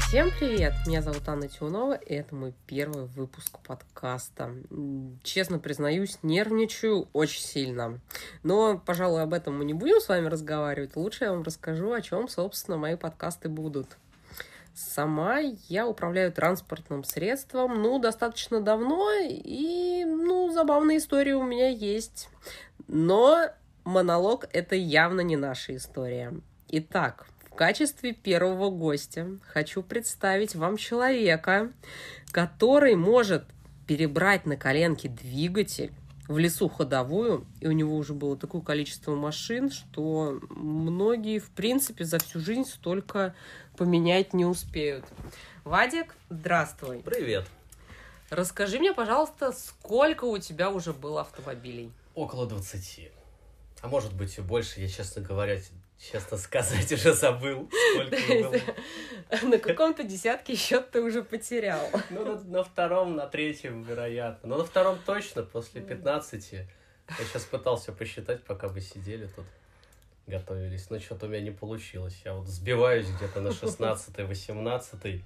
Всем привет! Меня зовут Анна Тиунова, и это мой первый выпуск подкаста. Честно признаюсь, нервничаю очень сильно. Но, пожалуй, об этом мы не будем с вами разговаривать. Лучше я вам расскажу, о чем, собственно, мои подкасты будут. Сама я управляю транспортным средством, достаточно давно, и, забавные истории у меня есть. Но монолог – это явно не наша история. Итак, в качестве первого гостя хочу представить вам человека, который может перебрать на коленке двигатель, в лесу ходовую, и у него уже было такое количество машин, что многие, в принципе, за всю жизнь столько поменять не успеют. Вадик, здравствуй. Привет. Расскажи мне, пожалуйста, сколько у тебя уже было автомобилей? Около 20. А может быть и больше, я, честно сказать, уже забыл, сколько их было. На каком-то десятке счет ты уже потерял. На втором, на третьем, вероятно. Но на втором точно, после 15. Я сейчас пытался посчитать, пока вы сидели тут, готовились. Но что-то у меня не получилось. Я вот сбиваюсь где-то на 16-18.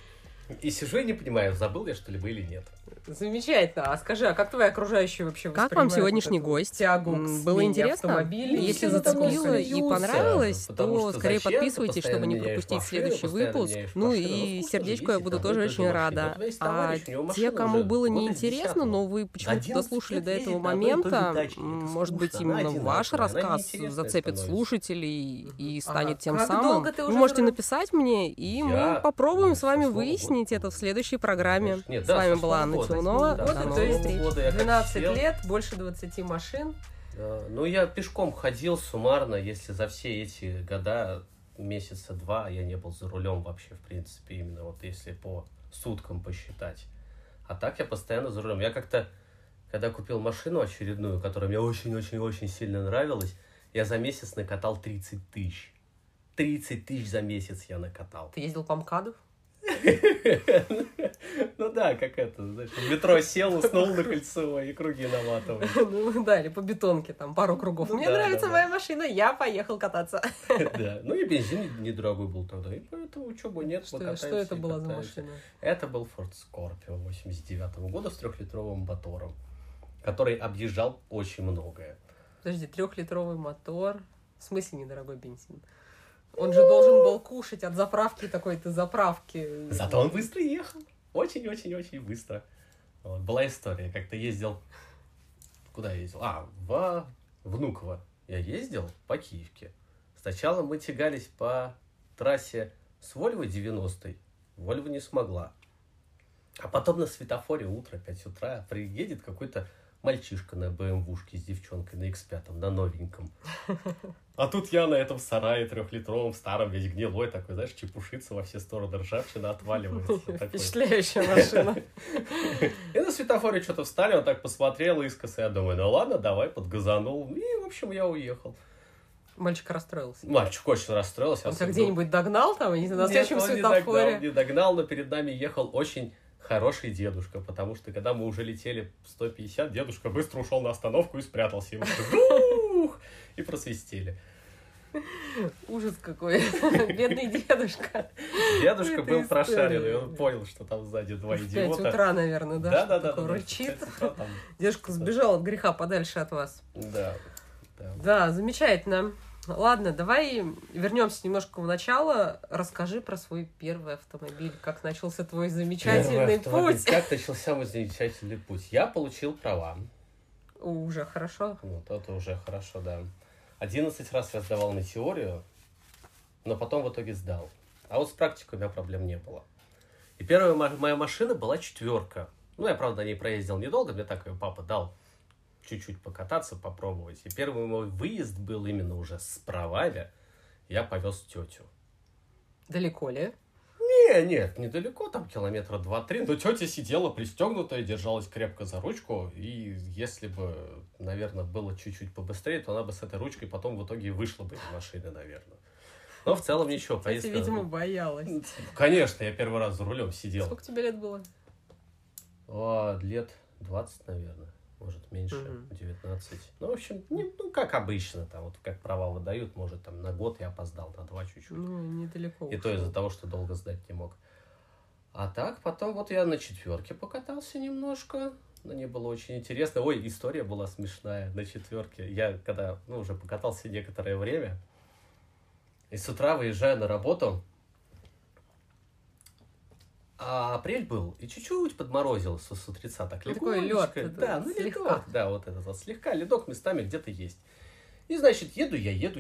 И сижу и не понимаю, забыл я что-либо или нет. Замечательно. А скажи, а как твои окружающие вообще воспринимают? Как вам сегодняшний гость? Тягу Было интересно? Если зацепило и понравилось, то скорее подписывайтесь, чтобы не пропустить следующий выпуск. И сердечко я буду тоже очень рада. А те, кому было неинтересно, но вы почему-то дослушали до этого момента, может быть, именно ваш рассказ зацепит слушателей и станет тем самым. Вы можете написать мне, и мы попробуем с вами выяснить это в следующей программе. С вами была Анна Тиунова. До новых встреч. 12 лет, больше 20 машин. Я пешком ходил суммарно, если за все эти года, месяца 2, я не был за рулем вообще, в принципе, именно вот если по суткам посчитать. А так я постоянно за рулем. Я как-то, когда купил машину очередную, которая мне очень-очень-очень сильно нравилась, я за месяц накатал 30 тысяч. 30 тысяч за месяц я накатал. Ты ездил по МКАДу? Как это, знаешь, в метро сел, уснул на Кольцевой и круги наматывал. Или по бетонке, там пару кругов. Мне нравится моя машина, я поехал кататься. Да, и бензин недорогой был тогда, и поэтому учебы нет. Что это была за машина? Это был Ford Scorpio 89-го года с 3-литровым мотором, который объезжал очень многое. Подожди, 3-литровый мотор, в смысле недорогой бензин? Он же должен был кушать от заправки такой-то заправки. Зато он быстро ехал. Очень-очень-очень быстро. Была история. Как-то ездил... Куда я ездил? В Внуково. Я ездил по Киевке. Сначала мы тягались по трассе с Вольвой 90-й. Вольва не смогла. А потом на светофоре утро, 5 утра, приедет какой-то мальчишка на БМВушке с девчонкой на X5, на новеньком. А тут я на этом сарае 3-литровом, старом, весь гнилой такой, знаешь, чепушится во все стороны, ржавчина отваливается. Впечатляющая машина. И на светофоре что-то встали, он так посмотрел искоса, я думаю, ладно, давай, подгазанул. И, в общем, я уехал. Мальчик расстроился. Мальчик очень расстроился. Он тебя где-нибудь догнал там, на следующем светофоре? Не догнал, но перед нами ехал очень хороший дедушка, потому что когда мы уже летели 150, дедушка быстро ушел на остановку и спрятался. И просвистели. Ужас какой. Бедный дедушка. Дедушка был прошаренный, он понял, что там сзади два идиота. В 5 утра, наверное, да? Да. Рычит. Дедушка сбежал от греха подальше от вас. Да, замечательно. Ладно, давай вернемся немножко в начало. Расскажи про свой первый автомобиль. Как начался твой замечательный путь? Как начался мой замечательный путь? Я получил права. Уже хорошо. Это уже хорошо, да. 11 раз я сдавал на теорию, но потом в итоге сдал. А вот с практикой у меня проблем не было. И первая моя машина была 4. Я, правда, на ней проездил недолго, мне так ее папа дал чуть-чуть покататься, попробовать. И первый мой выезд был именно уже с правами. Я повез тетю. Далеко ли? Нет, недалеко, там километра 2-3. Но тетя сидела пристегнутая, держалась крепко за ручку. И если бы, наверное, было чуть-чуть побыстрее, то она бы с этой ручкой потом в итоге вышла бы из машины, наверное. Но в целом ничего. Тетя, видимо, боялась. Конечно, я первый раз за рулем сидел. Сколько тебе лет было? Лет 20, наверное. Может, меньше, 19. В общем, как обычно, там, вот как права выдают, может, там, на год я опоздал, на 2 чуть-чуть. Недалеко. И то из-за того, что долго сдать не мог. А так, потом вот я на 4 покатался немножко. Мне было очень интересно. Ой, история была смешная на 4. Я когда, уже покатался некоторое время, и с утра выезжаю на работу, а апрель был, и чуть-чуть подморозил с утреца. Так, такой лед. Да, ледок. Да, вот этот вот слегка ледок местами где-то есть. И, значит, еду,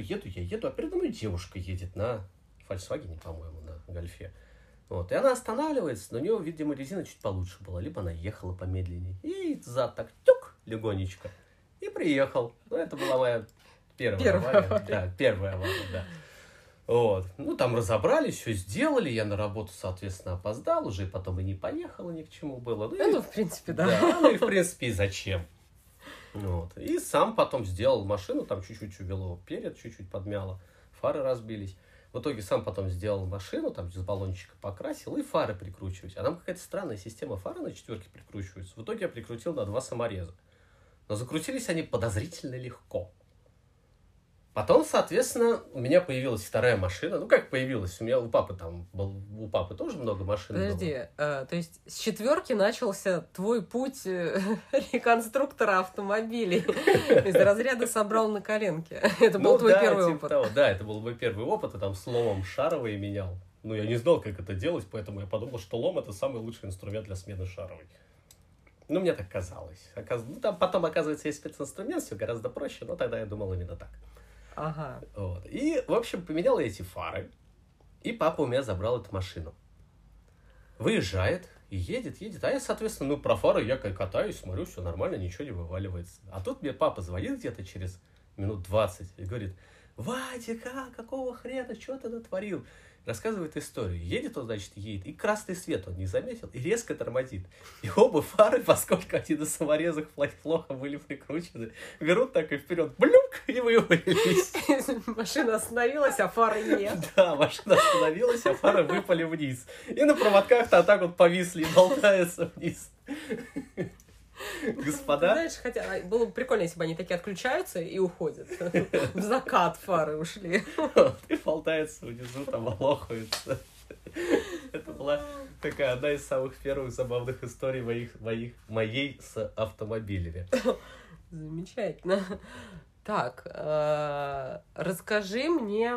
а передо мной девушка едет на Volkswagen, по-моему, на Гольфе. Вот, и она останавливается, но у нее, видимо, резина чуть получше была, либо она ехала помедленнее. И зад так тюк легонечко. И приехал. Ну, это была моя первая авария. Да, первая авария, да. Вот. Ну, там разобрались, все сделали. Я на работу, соответственно, опоздал уже, и потом и не поехала, ни к чему было. Ну, в принципе, да. Да, ну и в принципе, и зачем. Вот. И сам потом сделал машину, там чуть-чуть увело перед, чуть-чуть подмяло, фары разбились. В итоге сам потом сделал машину, там с баллончика покрасил и фары прикручивать. А там какая-то странная система фары на 4 прикручивается. В итоге я прикрутил на 2 самореза. Но закрутились они подозрительно легко. Потом, соответственно, у меня появилась вторая машина. Ну, как появилась? У меня у папы тоже много машин было. Подожди, то есть с 4 начался твой путь реконструктора автомобилей. Из разряда собрал на коленке. Это был твой первый опыт. Да, это был мой первый опыт. И там с ломом шаровой менял. Ну, я не знал, как это делать, поэтому я подумал, что лом — это самый лучший инструмент для смены шаровой. Ну, мне так казалось. Там потом, оказывается, есть специнструмент, все гораздо проще, но тогда я думал именно так. Ага. Вот. И, в общем, поменял я эти фары, и папа у меня забрал эту машину. Выезжает и едет. А я, соответственно, про фары я катаюсь, смотрю, все нормально, ничего не вываливается. А тут мне папа звонит где-то через минут 20 и говорит: «Вадик, какого хрена, что ты натворил?» Рассказывает историю. Едет он, значит, и красный свет он не заметил, и резко тормозит. И оба фары, поскольку они на саморезах плохо были прикручены, берут так и вперед, блюк, и вывалились. Машина остановилась, а фары нет. Да, машина остановилась, а фары выпали вниз. И на проводках-то так вот повисли и болтаются вниз. Господа. Знаешь, хотя было бы прикольно, если бы они такие отключаются и уходят. В закат фары ушли. И болтаются внизу, там лохаются. Это была такая одна из самых первых забавных историй моей с автомобилями. Замечательно. Так, расскажи мне,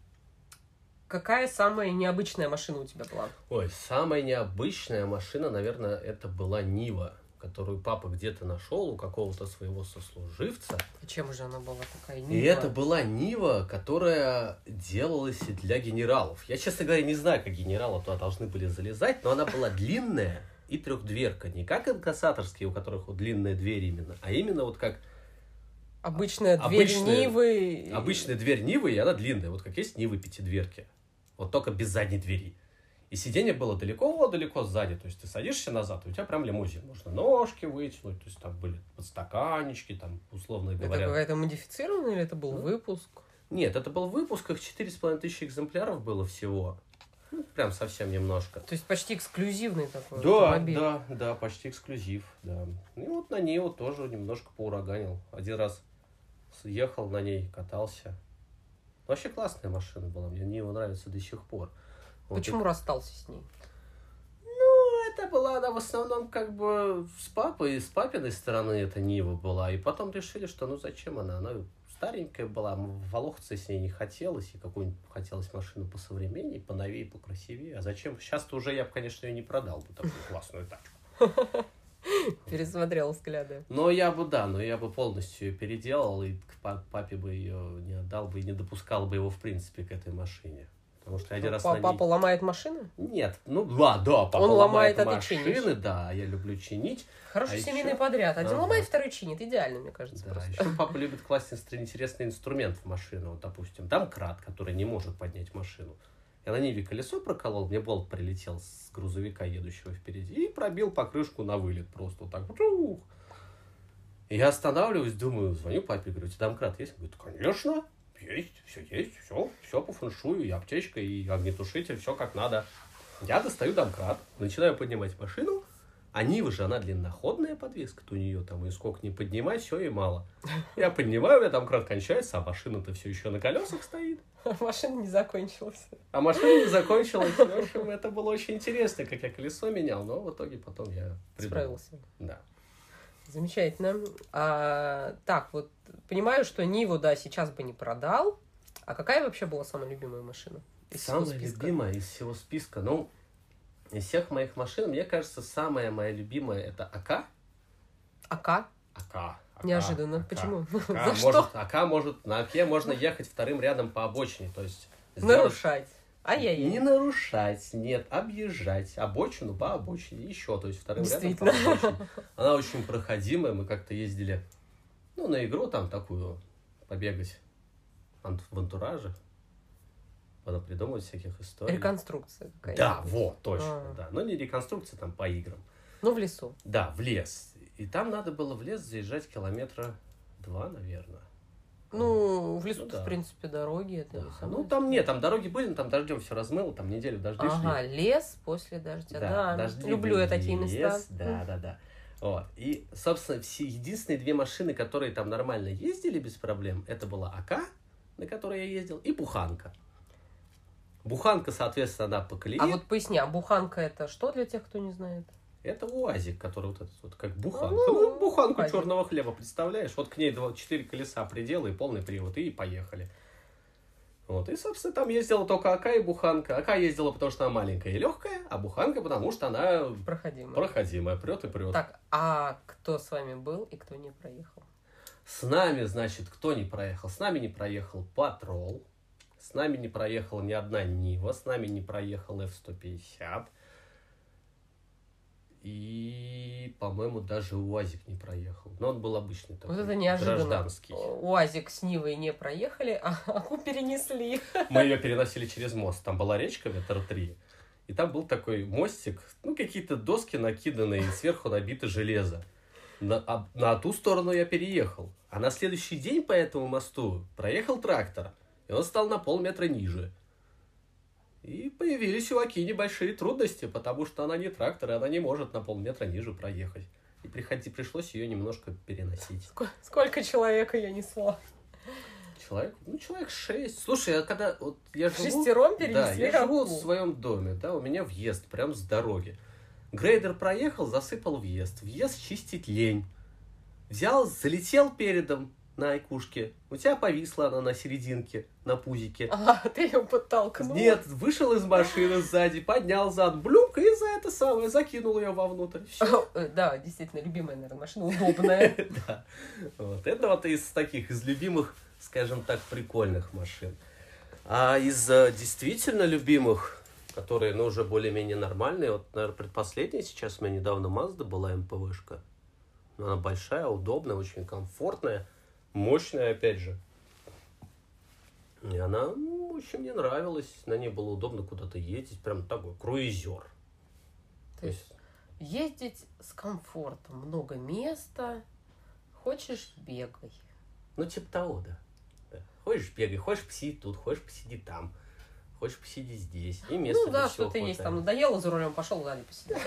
какая самая необычная машина у тебя была? Ой, самая необычная машина, наверное, это была Нива, которую папа где-то нашел у какого-то своего сослуживца. Чем же она была такая Нива? И это была Нива, которая делалась для генералов. Я, честно говоря, не знаю, как генералы туда должны были залезать, но она была длинная и трехдверка. Не как инкассаторские, у которых вот длинная дверь именно, а именно вот как... Обычная дверь Нивы. Обычная дверь Нивы, и она длинная. Вот как есть Нивы пятидверки. Вот только без задней двери. И сиденье было далеко-далеко сзади. То есть ты садишься назад, и у тебя прям лимузин. Можно ножки вытянуть. То есть там были подстаканнички, там, условно говоря. Это какая-то модифицированная или это был выпуск? Нет, это был выпуск. Их 4500 экземпляров было всего. Ну, прям совсем немножко. То есть почти эксклюзивный такой автомобиль. Да, почти эксклюзив. Да. И вот на Ниву тоже немножко поураганил. Один раз ехал на ней, катался. Вообще классная машина была. Мне Нива нравится до сих пор. Почему расстался с ней? Ну, это была она в основном как бы с папой, с папиной стороны эта Нива была. И потом решили, что ну зачем она? Она старенькая была, волохаться с ней не хотелось. И какую-нибудь хотелось машину посовременнее, поновее, покрасивее. А зачем? Сейчас-то уже я бы, конечно, ее не продал бы, такую классную тачку. Пересмотрел взгляды. Но я бы полностью ее переделал. И к папе бы ее не отдал бы и не допускал бы его, в принципе, к этой машине. Потому что один раз папа ломает машины? Нет, папа он ломает машины, да, я люблю чинить. Хороший семейный подряд. Один ломает, второй чинит. Идеально, мне кажется. Да, еще папа любит класть интересный инструмент в машину. Вот, допустим, домкрат, который не может поднять машину. Я на Ниве колесо проколол, мне болт прилетел с грузовика, едущего впереди, и пробил покрышку на вылет просто вот так. И я останавливаюсь, думаю, звоню папе, говорю: у тебя домкрат есть? Он говорит: конечно. Есть, все по фэншую, и аптечка, и огнетушитель, все как надо. Я достаю домкрат, начинаю поднимать машину, А Нива же, она длинноходная подвеска, то у нее там и сколько не поднимай, все и мало. Я поднимаю, у меня там крат кончается, а машина-то все еще на колесах стоит. Машина не закончилась. А машина не закончилась. В общем, это было очень интересно, как я колесо менял, но в итоге потом я придумал. Справился. Да. Замечательно. Так, вот понимаю, что Ниву, да, сейчас бы не продал. А какая вообще была самая любимая машина? Самая любимая из всего списка? Ну, из всех моих машин, мне кажется, самая моя любимая это АК. АК? АК. Неожиданно. Почему? За что? АК может, на АКе можно ехать вторым рядом по обочине, то есть... Нарушать. Ай-яй-яй. Не нарушать, нет, объезжать обочину по обочине, еще, то есть вторым рядом по обочине. Она очень проходимая, мы как-то ездили, ну, на игру там такую, побегать в антураже. Надо придумывать всяких историй. Реконструкция какая-то. Да, вот, точно, да. Но не реконструкция, там по играм. Ну, в лесу. Да, в лес. И там надо было в лес заезжать километра 2, наверное. Ну, в лесу, в принципе, дороги. Это да. Ну, там нет, там дороги были, но там дождем все размыло, там неделю дожди шли. Ага, лес после дождя, да. Люблю я такие места. Да. Вот. И, собственно, все единственные две машины, которые там нормально ездили без проблем, это была АК, на которой я ездил, и Буханка. Буханка, соответственно, она по колее. А вот поясни, а Буханка это что для тех, кто не знает? Это УАЗик, который вот этот вот, как Буханка. Ну, Буханку УАЗик. Черного хлеба, представляешь? Вот к ней 4 колеса предела и полный привод, и поехали. Вот, и, собственно, там ездила только АК и Буханка. АК ездила, потому что она маленькая и легкая, а Буханка, потому что она проходимая, прет и прет. Так, а кто с вами был и кто не проехал? С нами, значит, кто не проехал? С нами не проехал Патрол, с нами не проехала ни одна Нива, с нами не проехал F-150. И, по-моему, даже УАЗик не проехал. Но он был обычный такой, вот это неожиданно. Гражданский. УАЗик с Нивой не проехали, а АКУ перенесли. Мы ее переносили через мост. Там была речка метр 3. И там был такой мостик, ну, какие-то доски накиданные, и сверху набито железо. На ту сторону я переехал. А на следующий день по этому мосту проехал трактор. И он стал на полметра ниже. И появились у Аки небольшие трудности, потому что она не трактор, и она не может на полметра ниже проехать. И пришлось ее немножко переносить. Сколько человек ее несла? Человек 6. Слушай, а когда вот я живу... Шестером перенесли? Да, я живу в своем доме, да, у меня въезд прям с дороги. Грейдер проехал, засыпал въезд. Въезд чистить лень. Взял, залетел передом на айкушке. У тебя повисла она на серединке, на пузике. А, ты ее подтолкнул? Нет, вышел из машины сзади, поднял зад, блюк, и за это самое закинул ее вовнутрь. Да, действительно, любимая, наверное, машина, удобная. Да. Вот. Это вот из таких, из любимых, скажем так, прикольных машин. А из действительно любимых, которые, ну, уже более-менее нормальные, вот, наверное, предпоследняя сейчас у меня недавно Mazda была МПВшка. Она большая, удобная, очень комфортная, мощная, опять же. И она очень мне нравилась. На ней было удобно куда-то ездить. Прям такой круизер. То есть ездить с комфортом. Много места. Хочешь — бегай. Ну, типа того, да. Хочешь — бегай. Хочешь — посиди тут. Хочешь — посиди там. Хочешь — посиди здесь. И место ну да, что-то есть. Там надоело за рулем, пошел сзади посидел.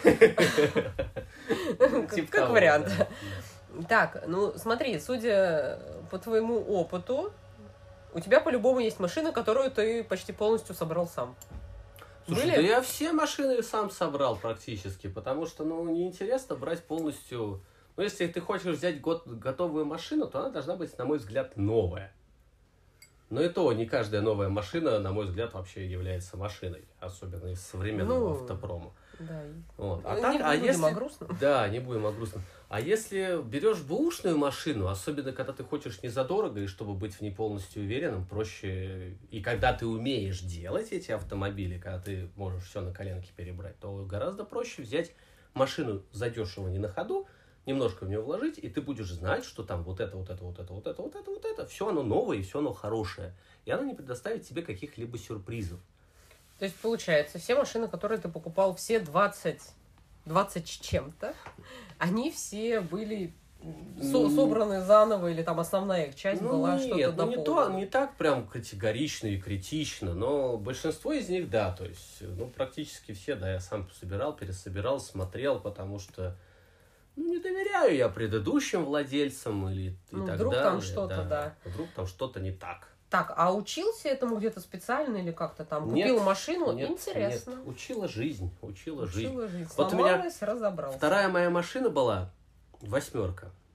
Как вариант. Так, ну смотри, судя по твоему опыту, у тебя по-любому есть машина, которую ты почти полностью собрал сам. Слушай, да я все машины сам собрал практически, потому что, ну, неинтересно брать полностью... Ну, если ты хочешь взять готовую машину, то она должна быть, на мой взгляд, новая. Но и то, не каждая новая машина, на мой взгляд, вообще является машиной, особенно из современного автопрома. Да. Вот. Не будем о грустном. Да, не будем о грустном. А если берешь бэушную машину, особенно когда ты хочешь не задорого, и чтобы быть в ней полностью уверенным, проще... И когда ты умеешь делать эти автомобили, когда ты можешь все на коленке перебрать, то гораздо проще взять машину задешево, не на ходу, немножко в нее вложить, и ты будешь знать, что там вот это, все оно новое и все оно хорошее. И оно не предоставит тебе каких-либо сюрпризов. То есть, получается, все машины, которые ты покупал, все 20 с чем-то, они все были собраны заново, или там основная их часть была что-то дополнена? Не так прям категорично и критично, но большинство из них, да, то есть, практически все, да, я сам собирал, пересобирал, смотрел, потому что, не доверяю я предыдущим владельцам или и так вдруг далее. Там что-то, да. Вдруг там что-то не так. Так, а учился этому где-то специально или как-то там? Купил машину? Интересно. Нет, учила жизнь. Вот Сломалась, у меня разобрался. Вторая моя машина была 8.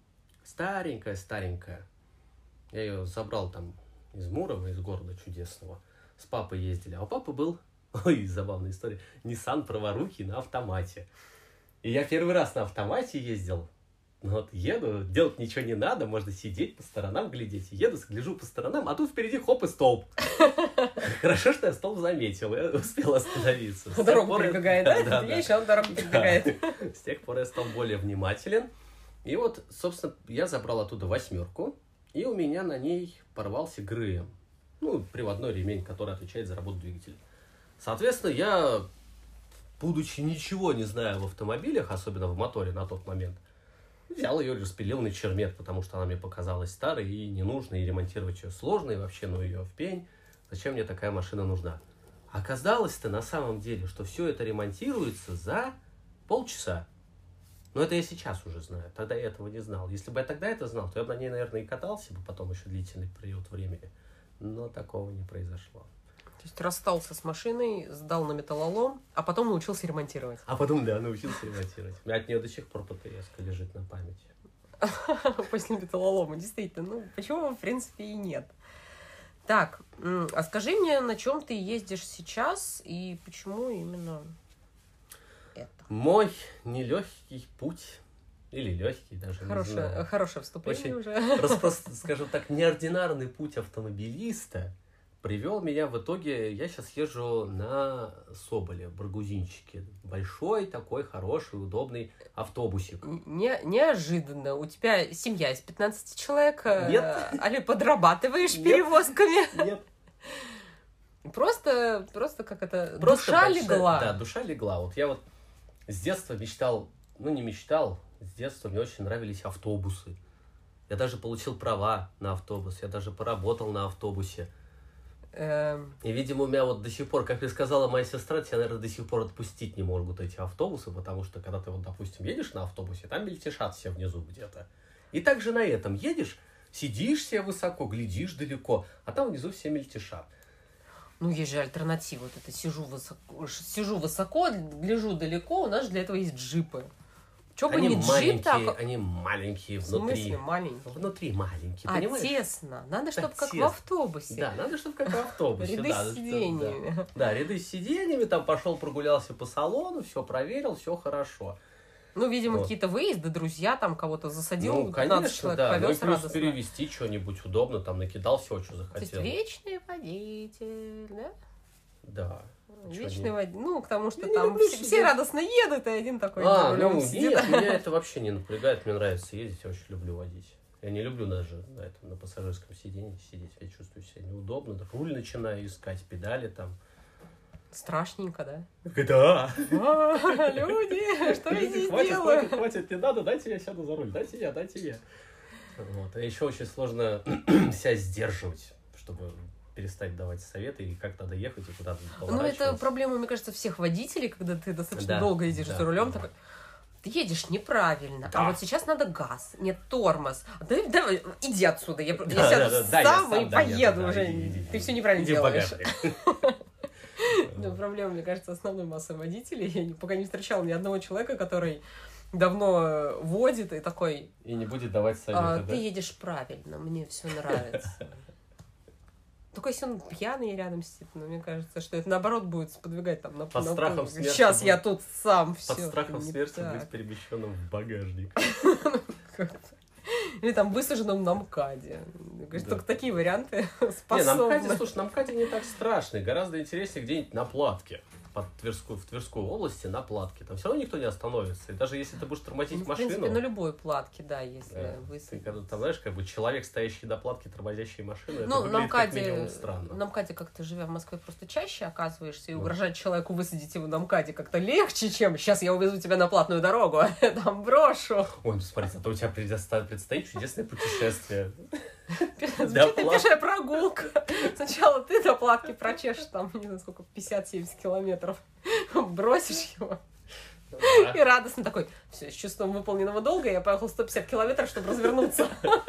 Старенькая. Я ее забрал там из Мурова, из города чудесного. С папой ездили. А у папы был, забавная история, Nissan праворукий на автомате. И я первый раз на автомате ездил. Еду, делать ничего не надо, можно сидеть по сторонам, глядеть. Еду, гляжу по сторонам, а тут впереди хоп и столб. Хорошо, что я столб заметил, я успел остановиться. Дорогу перебегает, да? Видишь, он дорогу перебегает. С тех пор я стал более внимателен. И собственно, я забрал оттуда 8, и у меня на ней порвался ГРМ. Приводной ремень, который отвечает за работу двигателя. Соответственно, я, будучи ничего не зная в автомобилях, особенно в моторе на тот момент, взял ее, распилил на чермет, потому что она мне показалась старой и ненужной, и ремонтировать ее сложно, и вообще, ее в пень. Зачем мне такая машина нужна? Оказалось-то на самом деле, что все это ремонтируется за полчаса. Но это я сейчас уже знаю, тогда я этого не знал. Если бы я тогда это знал, то я бы на ней, наверное, и катался бы потом еще длительный период времени. Но такого не произошло. То есть расстался с машиной, сдал на металлолом, а потом научился ремонтировать. Научился ремонтировать. У меня от нее до сих пор ПТС-ка лежит на памяти. После металлолома, действительно. Почему, в принципе, и нет. Так, а скажи мне, на чем ты ездишь сейчас и почему именно это? Мой нелегкий путь, или легкий даже, не знаю. Хорошее вступление уже. Скажем так, неординарный путь автомобилиста привел меня в итоге, я сейчас езжу на Соболе, Баргузинчике. Большой такой хороший, удобный автобусик. Неожиданно. У тебя семья из 15 человек? Нет. Али подрабатываешь перевозками? Нет. Просто как это, душа легла. Да, душа легла. Я с детства мечтал, не мечтал, с детства мне очень нравились автобусы. Я даже получил права на автобус, я даже поработал на автобусе. И, видимо, у меня до сих пор, как и сказала моя сестра, тебя, наверное, до сих пор отпустить не могут эти автобусы, потому что, когда ты, допустим, едешь на автобусе, там мельтешат все внизу где-то. И также на этом едешь, сидишь себе высоко, глядишь далеко, а там внизу все мельтешат. Есть же альтернатива. Вот это сижу высоко, гляжу далеко, у нас же для этого есть джипы. Чё бы не джип, так... Они маленькие внутри. В смысле маленькие? Внутри маленькие, понимаешь? Тесно. Надо, чтобы как в автобусе. Да, надо, чтобы как в автобусе. Ряды с сиденьями. Да, ряды с сиденьями, там пошел, прогулялся по салону, все проверил, все хорошо. Видимо, какие-то выезды, друзья, там кого-то засадил, 15 конечно, человек да. повез Плюс радостно. перевезти что-нибудь удобно, там накидал все, что захотел. То есть вечный водитель, да? Да. Вечный водитель, потому что там все радостно едут, и один такой за рулем сидит. Нет, меня это вообще не напрягает, мне нравится ездить, я очень люблю водить. Я не люблю даже на пассажирском сиденье сидеть, я чувствую себя неудобно, руль начинаю искать, педали там. Страшненько, да? Да. Люди, что я здесь делаю? Хватит, не надо, дайте я сяду за руль, дайте я. А еще очень сложно себя сдерживать, чтобы перестать давать советы и как надо ехать и куда-то поворачиваться. Это проблема, мне кажется, всех водителей, когда ты достаточно долго едешь за рулем, такой, ты едешь неправильно, а вот сейчас надо газ, нет, тормоз. Давай, иди отсюда, я сяду сам и поеду уже. Ты все неправильно делаешь. Проблема, мне кажется, основной массы водителей. Я пока не встречала ни одного человека, который давно водит и такой... И не будет давать советы, Ты едешь правильно, мне все нравится. Только если он пьяный рядом сидит, мне кажется, что это наоборот будет сподвигать там на под страхом смерти. Сейчас я тут сам все. Под страхом смерти быть перемещенным в багажник. Или там высаженным на МКАДе. Только такие варианты способны. На МКАДе не так страшно. Гораздо интереснее где-нибудь на платке. в Тверской области на платке. Там все равно никто не остановится. И даже если ты будешь тормозить машину... В принципе, на любой платке, да, если ты, когда там, знаешь, как бы человек, стоящий на платке, тормозящий машину, это выглядит на МКАДе, как минимум странно. На МКАДе как-то, живя в Москве, просто чаще оказываешься, и угрожать человеку высадить его на МКАДе как-то легче, чем сейчас я увезу тебя на платную дорогу, там брошу. Ой, смотри, а то у тебя предстоит чудесное путешествие. Пешая прогулка. Сначала ты до платки прочешешь, там, не знаю, сколько, 50-70 километров. Бросишь его. И радостно такой, все, с чувством выполненного долга я поехал 150 километров, чтобы развернуться.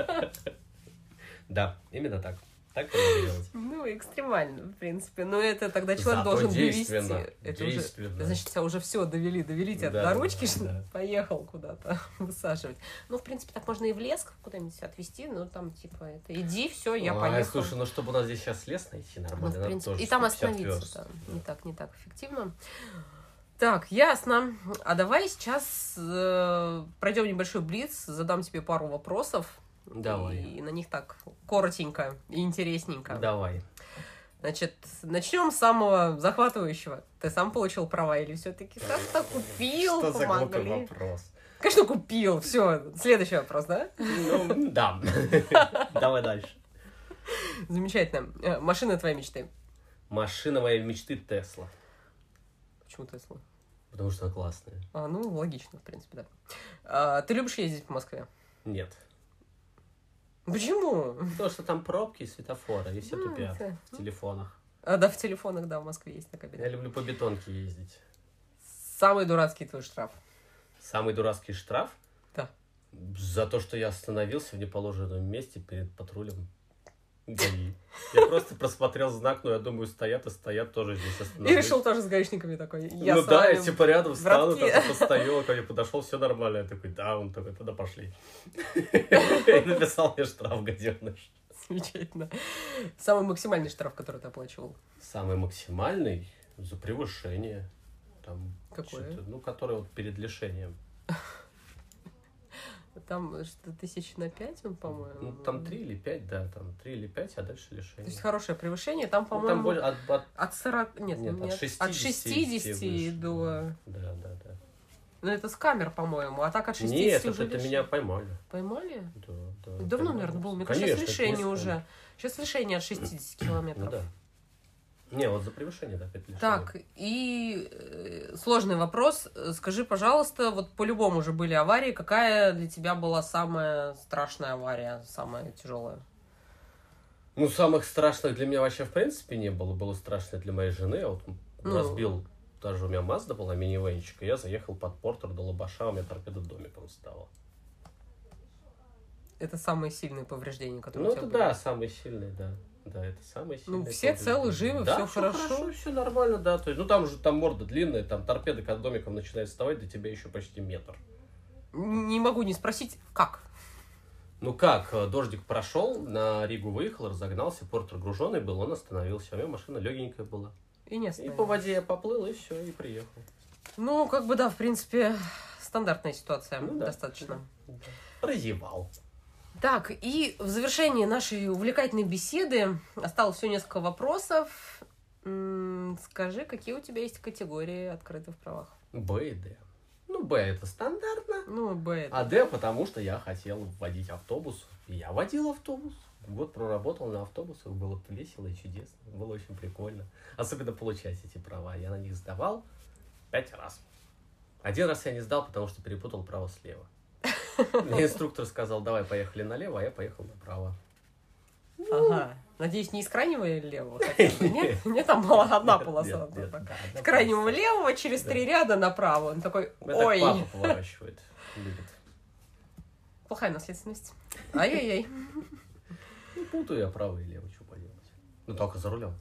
Да, именно так. Так и надо делать. Ну, экстремально, в принципе. Но это тогда человек должен довести. Это действенно. уже, значит, тебя уже все довели тебя до ручки, что поехал куда-то высаживать. Ну, в принципе, так можно и в лес куда-нибудь отвезти, но там, типа, это иди, все, я поехал. Слушай, ну, чтобы у нас здесь сейчас лес найти нормально, ну, в принципе, тоже и там остановиться, да. Не так эффективно. Так, ясно. А давай сейчас пройдем небольшой блиц, задам тебе пару вопросов. Давай. И на них так коротенько и интересненько. Давай. Значит, начнем с самого захватывающего. Ты сам получил права или все-таки как-то купил, что помогли? Что за глупый вопрос? Конечно, купил. Все, следующий вопрос, да? Ну, да. Давай дальше. Замечательно. Машина твоей мечты? Машина моей мечты Тесла. Почему Тесла? Потому что она классная. Ну, логично, в принципе, да. Ты любишь ездить по Москве? Нет. Почему? Потому что там пробки и светофоры, и все тупят в телефонах. Да, в телефонах, да, в Москве есть такая беда. Я люблю по бетонке ездить. Самый дурацкий твой штраф? Самый дурацкий штраф? Да. За то, что я остановился в неположенном месте перед патрулем ГАИ. Я просто просмотрел знак, но я думаю, стоят тоже здесь остановились. И решил тоже с гаишниками такой. Ну да, я типа рядом встану, там постою, ко мне подошел, все нормально. Я такой, да, он такой, тогда пошли. И написал мне штраф, гаденыш. Замечательно. Самый максимальный штраф, который ты оплачивал? Самый максимальный за превышение. Там, какое? Ну, который вот перед лишением. Там что, 1000 на 5, он, по-моему? Ну, там 3 или 5, да, там 3 или 5, а дальше лишение. То есть хорошее превышение, там, по-моему, ну, там от 40, нет, от 60 до... Да. Ну, это с камер, по-моему, а так от 60 нет, уже это меня поймали. Поймали? Да. Давно, наверное, было. Мне кажется, сейчас лишение уже. Сейчас лишение от 60 километров. Ну, да. Не, вот за превышение, да, 5 лишений. Так, и сложный вопрос. Скажи, пожалуйста, вот по-любому же были аварии. Какая для тебя была самая страшная авария, самая тяжелая? Ну, самых страшных для меня вообще в принципе не было. Было страшно для моей жены. Я вот разбил, даже у меня Мазда была, минивенчик, и я заехал под Портер до Лобаша, у меня торпеда в доме просто стала. Это самые сильные повреждения, которые у тебя были? Ну, это да, самые сильные, да. Да, это самые сильные. Ну, все целы, живы, да, все хорошо. Все нормально, да. То есть, ну, там же там морда длинная, там торпеда, когда домиком начинает вставать, до тебя еще почти метр. Не могу не спросить, как? Ну как, дождик прошел, на Ригу выехал, разогнался, Портер груженый был, он остановился, а у меня машина легенькая была. И не остановился. И по воде я поплыл, и все, и приехал. Ну, как бы да, в принципе, стандартная ситуация, ну, достаточно. Да. Прозевал. Так, и в завершении нашей увлекательной беседы осталось всего несколько вопросов. Скажи, какие у тебя есть категории открыты в правах? Б и Д. Ну, Б это стандартно. Ну, Б это... А Д потому что я хотел водить автобус. И я водил автобус. Год проработал на автобусах, было весело и чудесно. Было очень прикольно. Особенно получать эти права. Я на них сдавал 5 раз. 1 раз я не сдал, потому что перепутал право слева. Мне инструктор сказал, давай поехали налево, а я поехал направо. Ага. Надеюсь, не из крайнего левого? Нет, там была одна полоса. С крайнего левого через 3 ряда направо. Он такой, ой. Это папа поворачивает. Любит. Плохая наследственность. Ай-яй-яй. Ну, путаю я право и лево, что поделать. Ну, только за рулем.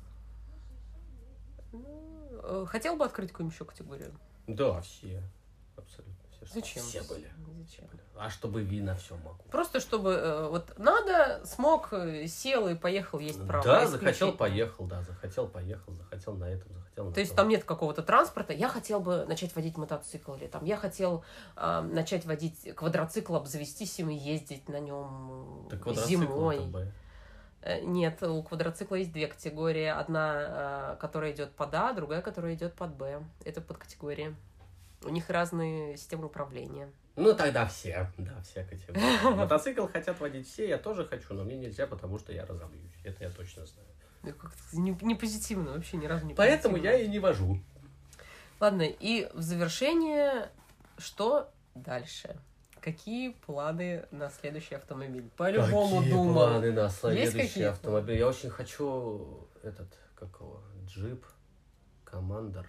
Хотел бы открыть какую-нибудь еще категорию? Да, все. Абсолютно. Зачем? Все были. Зачем? А чтобы вина все могу. Просто чтобы вот надо, смог, сел и поехал есть права. Да, захотел, поехал, захотел, на этом, захотел на То есть там нет какого-то транспорта. Я хотел бы начать водить мотоцикл, или там я хотел начать водить квадроцикл, обзавестись им и ездить на нем зимой. Нет, у квадроцикла есть две категории. Одна, которая идет под А, другая, которая идет под Б. Это подкатегории. У них разные системы управления. Ну, тогда все. Да, все категории. Мотоцикл хотят водить все, я тоже хочу, но мне нельзя, потому что я разобьюсь. Это я точно знаю. Как-то не позитивно, вообще ни разу не Поэтому позитивно. Я и не вожу. Ладно, и в завершение, что дальше? Какие планы на следующий автомобиль? По-любому думаю. Какие планы на следующий автомобиль? Я очень хочу джип, командор,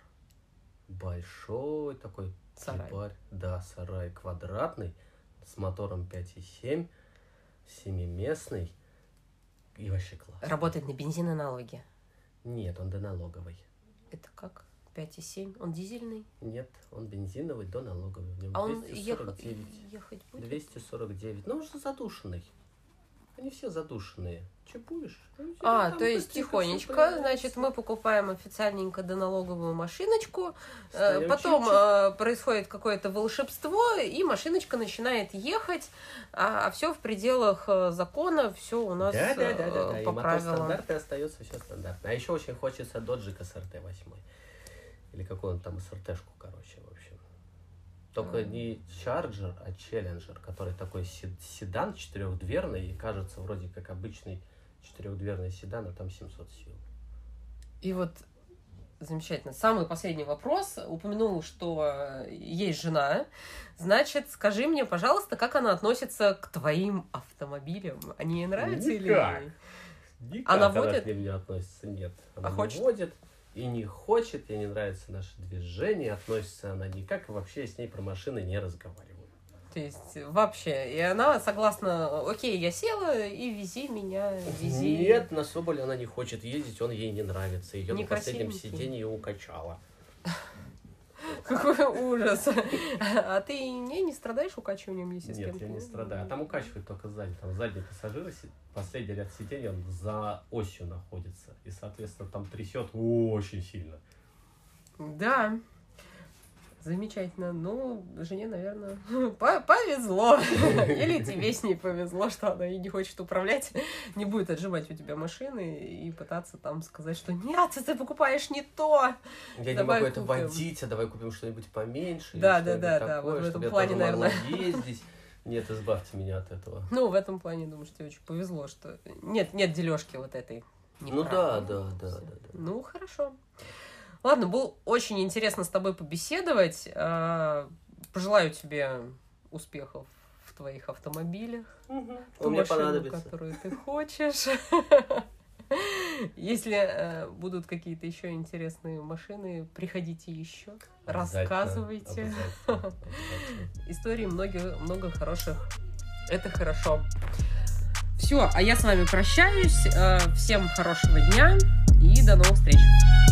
большой такой сарай. Да, сарай квадратный, с мотором 5.7, 7-местный и вообще класс. Работает на бензиноналоге? Нет, он доналоговый. Это как? 5.7? Он дизельный? Нет, он бензиновый, доналоговый. А он ехать будет? 249. Ну, он же задушенный. Они все задушенные. Че будешь? То есть тихонечко, значит, мы покупаем официальненько доналоговую машиночку, потом происходит какое-то волшебство, и машиночка начинает ехать, а все в пределах закона, все у нас по правилам. Стандарты остается все стандартно. А еще очень хочется доджик СРТ 8. Или какой он там СРТ-шку, короче, в общем. Только не Charger, а Challenger, который такой седан четырехдверный, и кажется вроде как обычный четырехдверный седан, а там 700 сил. И вот замечательно. Самый последний вопрос. Упомянул, что есть жена. Значит, скажи мне, пожалуйста, как она относится к твоим автомобилям? Они ей нравятся Никак. или... Никак она к ним не относится, нет. Она не водит. И не хочет, ей не нравится наше движение, относится она никак, и вообще я с ней про машины не разговариваю. То есть вообще, и она согласна, окей, я села, и вези меня, вези. Нет, на Соболе она не хочет ездить, он ей не нравится. Ее на последнем сиденье укачало. Какой ужас. А ты не страдаешь укачиванием, если с кем-то? Нет, я не страдаю. А там укачивает только сзади. Там задний пассажир, последний ряд сидений, он за осью находится. И, соответственно, там трясет очень сильно. Да. Замечательно. Ну, жене, наверное, повезло. Или тебе с ней повезло, что она и не хочет управлять, не будет отжимать у тебя машины и пытаться там сказать, что нет, ты покупаешь не то. Я не могу это водить, а давай купим что-нибудь поменьше. Да. Вот в этом плане, наверное. Ездить. Нет, избавьте меня от этого. Ну, в этом плане, думаю, что тебе очень повезло, что нет дележки вот этой. Ну да. Ну, хорошо. Ладно, было очень интересно с тобой побеседовать. Пожелаю тебе успехов в твоих автомобилях. В ту машину, которую ты хочешь. Если будут какие-то еще интересные машины, приходите еще, рассказывайте. Историй много хороших. Это хорошо. Все, а я с вами прощаюсь. Всем хорошего дня и до новых встреч.